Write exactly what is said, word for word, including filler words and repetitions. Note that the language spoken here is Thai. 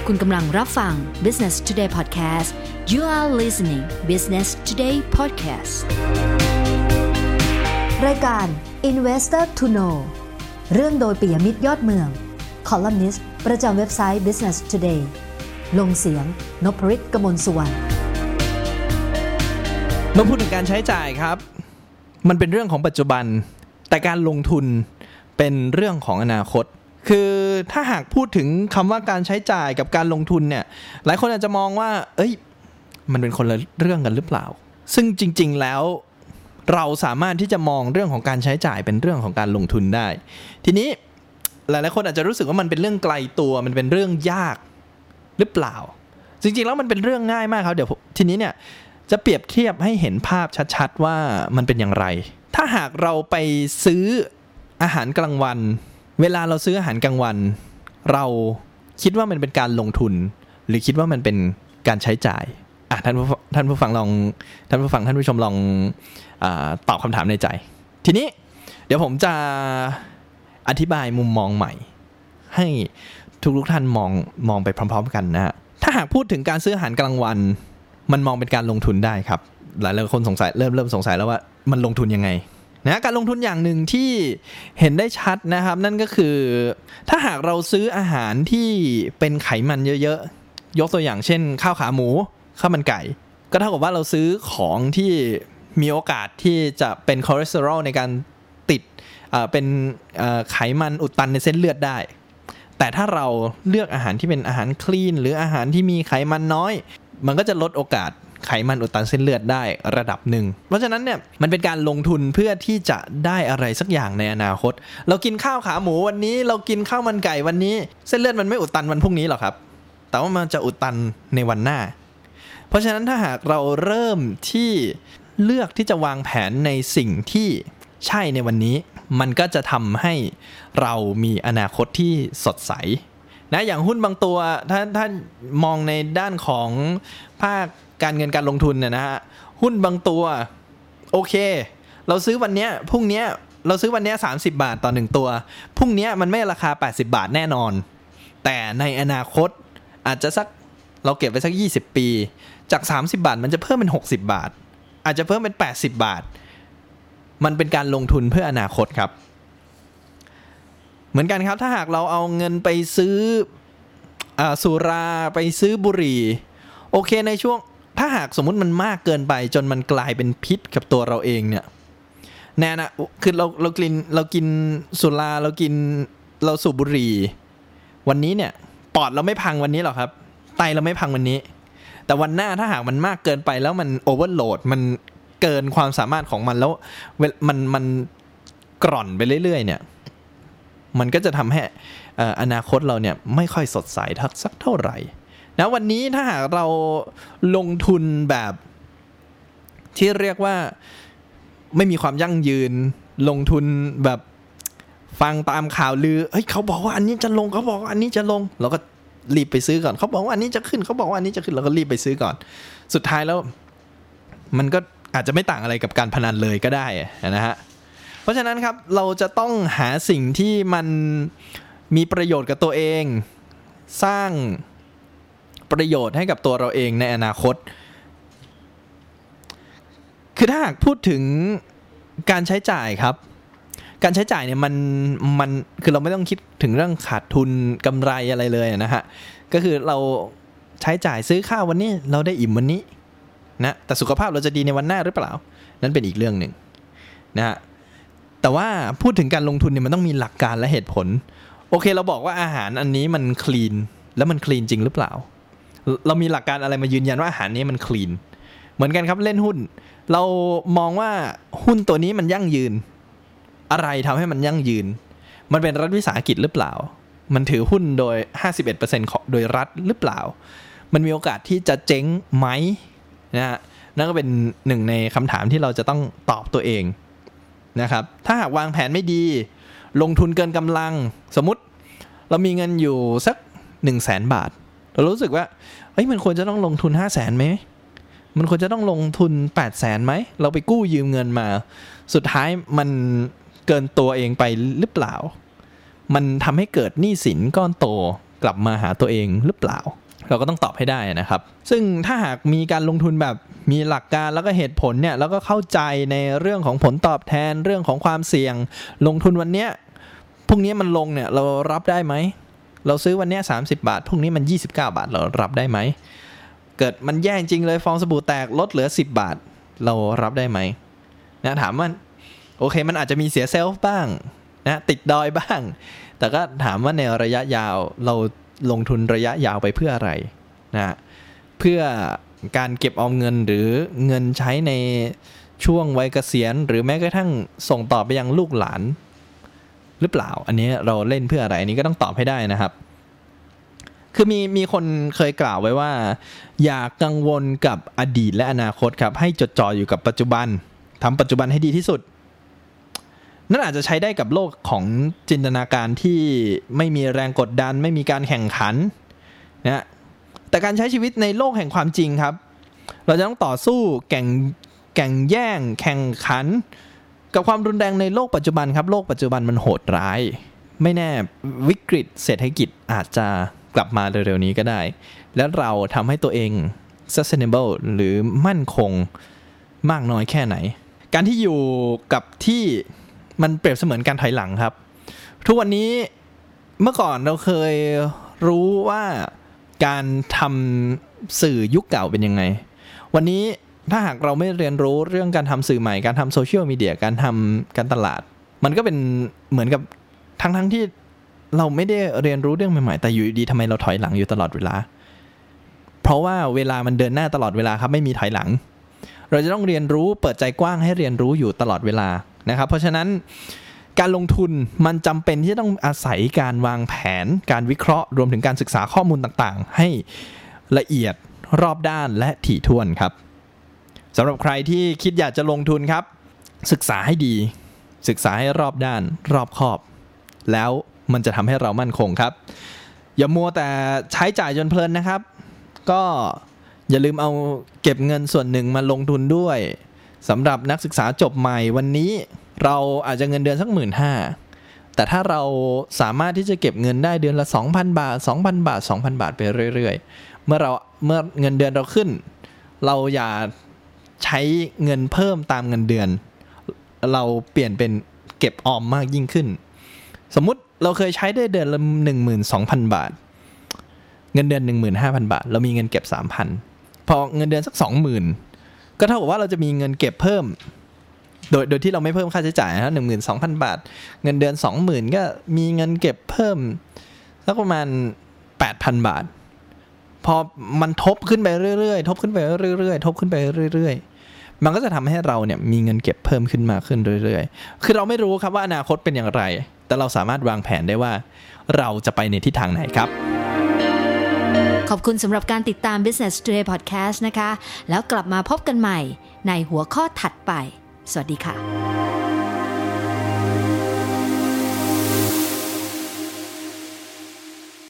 คุณกำลังรับฟัง Business Today Podcast You are listening Business Today Podcast รายการ Investor to Know เรื่องโดยปิยมิตรยอดเมืองคอลัมนิสต์ประจำเว็บไซต์ Business Today ลงเสียงนพฤทธิ์กมลสุวรรณเมื่อพูดถึงการใช้จ่ายครับมันเป็นเรื่องของปัจจุบันแต่การลงทุนเป็นเรื่องของอนาคตคือถ้าหากพูดถึงคำว่าการใช้จ่ายกับการลงทุนเนี่ยหลายคนอาจจะมองว่าเอ้ยมันเป็นคนละเรื่องกันหรือเปล่าซึ่งจริงๆแล้วเราสามารถที่จะมองเรื่องของการใช้จ่ายเป็นเรื่องของการลงทุนได้ทีนี้หลายๆคนอาจจะรู้สึกว่ามันเป็นเรื่องไกลตัวมันเป็นเรื่องยากหรือเปล่าจริงๆแล้วมันเป็นเรื่องง่ายมากครับเดี๋ยวทีนี้เนี่ยจะเปรียบเทียบให้เห็นภาพชัดๆว่ามันเป็นอย่างไรถ้าหากเราไปซื้ออาหารกลางวันเวลาเราซื้ออาหารกลางวันเราคิดว่ามันเป็นการลงทุนหรือคิดว่ามันเป็นการใช้จ่ายอ่ะท่านผู้ท่านผู้ฟังลองท่านผู้ฟังท่านผู้ชมลองอ่าตอบคำถามในใจทีนี้เดี๋ยวผมจะอธิบายมุมมองใหม่ให้ทุกๆท่านมองมองไปพร้อมๆกันนะฮะถ้าหากพูดถึงการซื้ออาหารกลางวันมันมองเป็นการลงทุนได้ครับหลายๆคนสงสัยเริ่มเริ่มสงสัยแล้วว่ามันลงทุนยังไงนะการลงทุนอย่างหนึ่งที่เห็นได้ชัดนะครับนั่นก็คือถ้าหากเราซื้ออาหารที่เป็นไขมันเยอะๆยกตัวอย่างเช่นข้าวขาหมูข้าวมันไก่ก็เท่ากับว่าเราซื้อของที่มีโอกาสที่จะเป็นคอเลสเตอรอลในการติดเอ่อเป็นเอ่อไขมันอุดตันในเส้นเลือดได้แต่ถ้าเราเลือกอาหารที่เป็นอาหารคลีนหรืออาหารที่มีไขมันน้อยมันก็จะลดโอกาสไขมันอุดตันเส้นเลือดได้ระดับหนึ่งเพราะฉะนั้นเนี่ยมันเป็นการลงทุนเพื่อที่จะได้อะไรสักอย่างในอนาคตเรากินข้าวขาหมูวันนี้เรากินข้าวมันไก่วันนี้เส้นเลือดมันไม่อุดตันวันพรุ่งนี้หรอกครับแต่ว่ามันจะอุดตันในวันหน้าเพราะฉะนั้นถ้าหากเราเริ่มที่เลือกที่จะวางแผนในสิ่งที่ใช่ในวันนี้มันก็จะทำให้เรามีอนาคตที่สดใสนะอย่างหุ้นบางตัวถ้าถ้ามองในด้านของภาคการเงินการลงทุนเนี่ยนะฮะหุ้นบางตัวโอเคเราซื้อวันเนี้ยพรุ่งเนี้ยเราซื้อวันเนี้ยสามสิบบาทต่อหนึ่งตัวพรุ่งเนี้ยมันไม่ราคาแปดสิบบาทแน่นอนแต่ในอนาคตอาจจะสักเราเก็บไว้สักยี่สิบปีจากสามสิบบาทมันจะเพิ่มเป็นหกสิบบาทอาจจะเพิ่มเป็นแปดสิบบาทมันเป็นการลงทุนเพื่ออนาคตครับเหมือนกันครับถ้าหากเราเอาเงินไปซื้ออ่าสุราไปซื้อบุหรี่โอเคในช่วงถ้าหากสมมุติมันมากเกินไปจนมันกลายเป็นพิษกับตัวเราเองเนี่ยแน่นะคือเราเรากินเรากินสุราเรากินเราสูบบุหรี่วันนี้เนี่ยปอดเราไม่พังวันนี้หรอกครับไตเราไม่พังวันนี้แต่วันหน้าถ้าหากมันมากเกินไปแล้วมันโอเวอร์โหลดมันเกินความสามารถของมันแล้วมันมันกร่อนไปเรื่อยๆเนี่ยมันก็จะทำให้อนาคตเราเนี่ยไม่ค่อยสดใสสักเท่าไหร่นะวันนี้ถ้าหากเราลงทุนแบบที่เรียกว่าไม่มีความยั่งยืนลงทุนแบบฟังตามข่าวลือเฮ้ยเขาบอกว่าอันนี้จะลงเขาบอกว่าอันนี้จะลงเราก็รีบไปซื้อก่อนเขาบอกว่าอันนี้จะขึ้นเขาบอกว่าอันนี้จะขึ้นเราก็รีบไปซื้อก่อนสุดท้ายแล้วมันก็อาจจะไม่ต่างอะไรกับการพนันเลยก็ได้นะฮะเพราะฉะนั้นครับเราจะต้องหาสิ่งที่มันมีประโยชน์กับตัวเองสร้างประโยชน์ให้กับตัวเราเองในอนาคตคือถ้าหากพูดถึงการใช้จ่ายครับการใช้จ่ายเนี่ยมันมันคือเราไม่ต้องคิดถึงเรื่องขาดทุนกำไรอะไรเลยนะฮะก็คือเราใช้จ่ายซื้อข้าววันนี้เราได้อิ่มวันนี้นะแต่สุขภาพเราจะดีในวันหน้าหรือเปล่านั่นเป็นอีกเรื่องหนึ่งนะฮะแต่ว่าพูดถึงการลงทุนเนี่ยมันต้องมีหลักการและเหตุผลโอเคเราบอกว่าอาหารอันนี้มันคลีนแล้วมันคลีนจริงหรือเปล่าเรามีหลักการอะไรมายืนยันว่าอาหารนี้มันคลีนเหมือนกันครับเล่นหุ้นเรามองว่าหุ้นตัวนี้มันยั่งยืนอะไรทำให้มันยั่งยืนมันเป็นรัฐวิสาหกิจหรือเปล่ามันถือหุ้นโดย ห้าสิบเอ็ดเปอร์เซ็นต์ ของโดยรัฐหรือเปล่ามันมีโอกาสที่จะเจ๊งไหมนะฮะนั่นก็เป็นหนึ่งในคำถามที่เราจะต้องตอบตัวเองนะครับถ้าหากวางแผนไม่ดีลงทุนเกินกำลังสมมุติเรามีเงินอยู่สัก หนึ่งแสน บาทเรารู้สึกว่าเอ้ยมันควรจะต้องลงทุน ห้าแสน มั้ยมันควรจะต้องลงทุน แปดแสน มั้ยเราไปกู้ยืมเงินมาสุดท้ายมันเกินตัวเองไปหรือเปล่ามันทำให้เกิดหนี้สินก้อนโตกลับมาหาตัวเองหรือเปล่าเราก็ต้องตอบให้ได้นะครับซึ่งถ้าหากมีการลงทุนแบบมีหลักการแล้วก็เหตุผลเนี่ยแล้วก็เข้าใจในเรื่องของผลตอบแทนเรื่องของความเสี่ยงลงทุนวันเนี้ยพรุ่งนี้มันลงเนี่ยเรารับได้ไหมเราซื้อวันเนี้ยสามสิบบาทพรุ่งนี้มันยี่สิบเก้าบาทเรารับได้ไหมเกิดมันแย่จริงเลยฟองสบู่แตกลดเหลือสิบบาทเรารับได้ไหมนะถามว่าโอเคมันอาจจะมีเสียเซลฟ์บ้างนะติดดอยบ้างแต่ก็ถามว่าในระยะยาวเราลงทุนระยะยาวไปเพื่ออะไรนะเพื่อการเก็บออมเงินหรือเงินใช้ในช่วงวัยเกษียณหรือแม้กระทั่งส่งต่อไปยังลูกหลานหรือเปล่าอันนี้เราเล่นเพื่ออะไรอันนี้ก็ต้องตอบให้ได้นะครับคือมีมีคนเคยกล่าวไว้ว่าอย่ากังวลกับอดีตและอนาคตครับให้จดจ่ออยู่กับปัจจุบันทำปัจจุบันให้ดีที่สุดนั่นอาจจะใช้ได้กับโลกของจินตนาการที่ไม่มีแรงกดดันไม่มีการแข่งขันนะแต่การใช้ชีวิตในโลกแห่งความจริงครับเราจะต้องต่อสู้แข่งแข่งแย่งแข่งขันกับความรุนแรงในโลกปัจจุบันครับโลกปัจจุบันมันโหดร้ายไม่แน่วิกฤตเศรษฐกิจอาจจะกลับมาเร็วๆนี้ก็ได้แล้วเราทำให้ตัวเอง sustainable หรือมั่นคงมากน้อยแค่ไหนการที่อยู่กับที่มันเปรียบเสมือนการถอยหลังครับทุกวันนี้เมื่อก่อนเราเคยรู้ว่าการทำสื่อยุคเก่าเป็นยังไงวันนี้ถ้าหากเราไม่เรียนรู้เรื่องการทำสื่อใหม่การทำโซเชียลมีเดียการทำการตลาดมันก็เป็นเหมือนกับทั้งๆที่เราไม่ได้เรียนรู้เรื่องใหม่ๆแต่อยู่ดีทำไมเราถอยหลังอยู่ตลอดเวลาเพราะว่าเวลามันเดินหน้าตลอดเวลาครับไม่มีถอยหลังเราจะต้องเรียนรู้เปิดใจกว้างให้เรียนรู้อยู่ตลอดเวลานะครับเพราะฉะนั้นการลงทุนมันจำเป็นที่ต้องอาศัยการวางแผนการวิเคราะห์รวมถึงการศึกษาข้อมูลต่างๆให้ละเอียดรอบด้านและถี่ถ้วนครับสำหรับใครที่คิดอยากจะลงทุนครับศึกษาให้ดีศึกษาให้รอบด้านรอบคอบแล้วมันจะทำให้เรามั่นคงครับอย่ามัวแต่ใช้จ่ายจนเพลินนะครับก็อย่าลืมเอาเก็บเงินส่วนหนึ่งมาลงทุนด้วยสำหรับนักศึกษาจบใหม่วันนี้เราอาจจะเงินเดือนสัก หนึ่งหมื่นห้าพัน แต่ถ้าเราสามารถที่จะเก็บเงินได้เดือนละ สองพัน บาท สองพัน บาท สองพัน บาทไปเรื่อยๆเมื่อเราเมื่อเงินเดือนเราขึ้นเราอย่าใช้เงินเพิ่มตามเงินเดือนเราเปลี่ยนเป็นเก็บออมมากยิ่งขึ้นสมมุติเราเคยใช้ได้เดือนละ หนึ่งหมื่นสองพัน บาทเงินเดือน หนึ่งหมื่นห้าพัน บาทเรามีเงินเก็บ สามพัน พอเงินเดือนสัก สองหมื่น ก็เท่ากับว่าเราจะมีเงินเก็บเพิ่มโดยโดยที่เราไม่เพิ่มค่าใช้จ่ายนะ หนึ่งหมื่นสองพัน บาทเงินเดือน สองหมื่น ก็มีเงินเก็บเพิ่มสักประมาณ แปดพัน บาทพอมันทบขึ้นไปเรื่อยๆทบขึ้นไปเรื่อยๆทบขึ้นไปเรื่อยๆมันก็จะทำให้เราเนี่ยมีเงินเก็บเพิ่มขึ้นมาขึ้นเรื่อยๆคือเราไม่รู้ครับว่าอนาคตเป็นอย่างไรแต่เราสามารถวางแผนได้ว่าเราจะไปในทิศทางไหนครับขอบคุณสำหรับการติดตาม Business Today Podcast นะคะแล้วกลับมาพบกันใหม่ในหัวข้อถัดไปสวัสดีค่ะ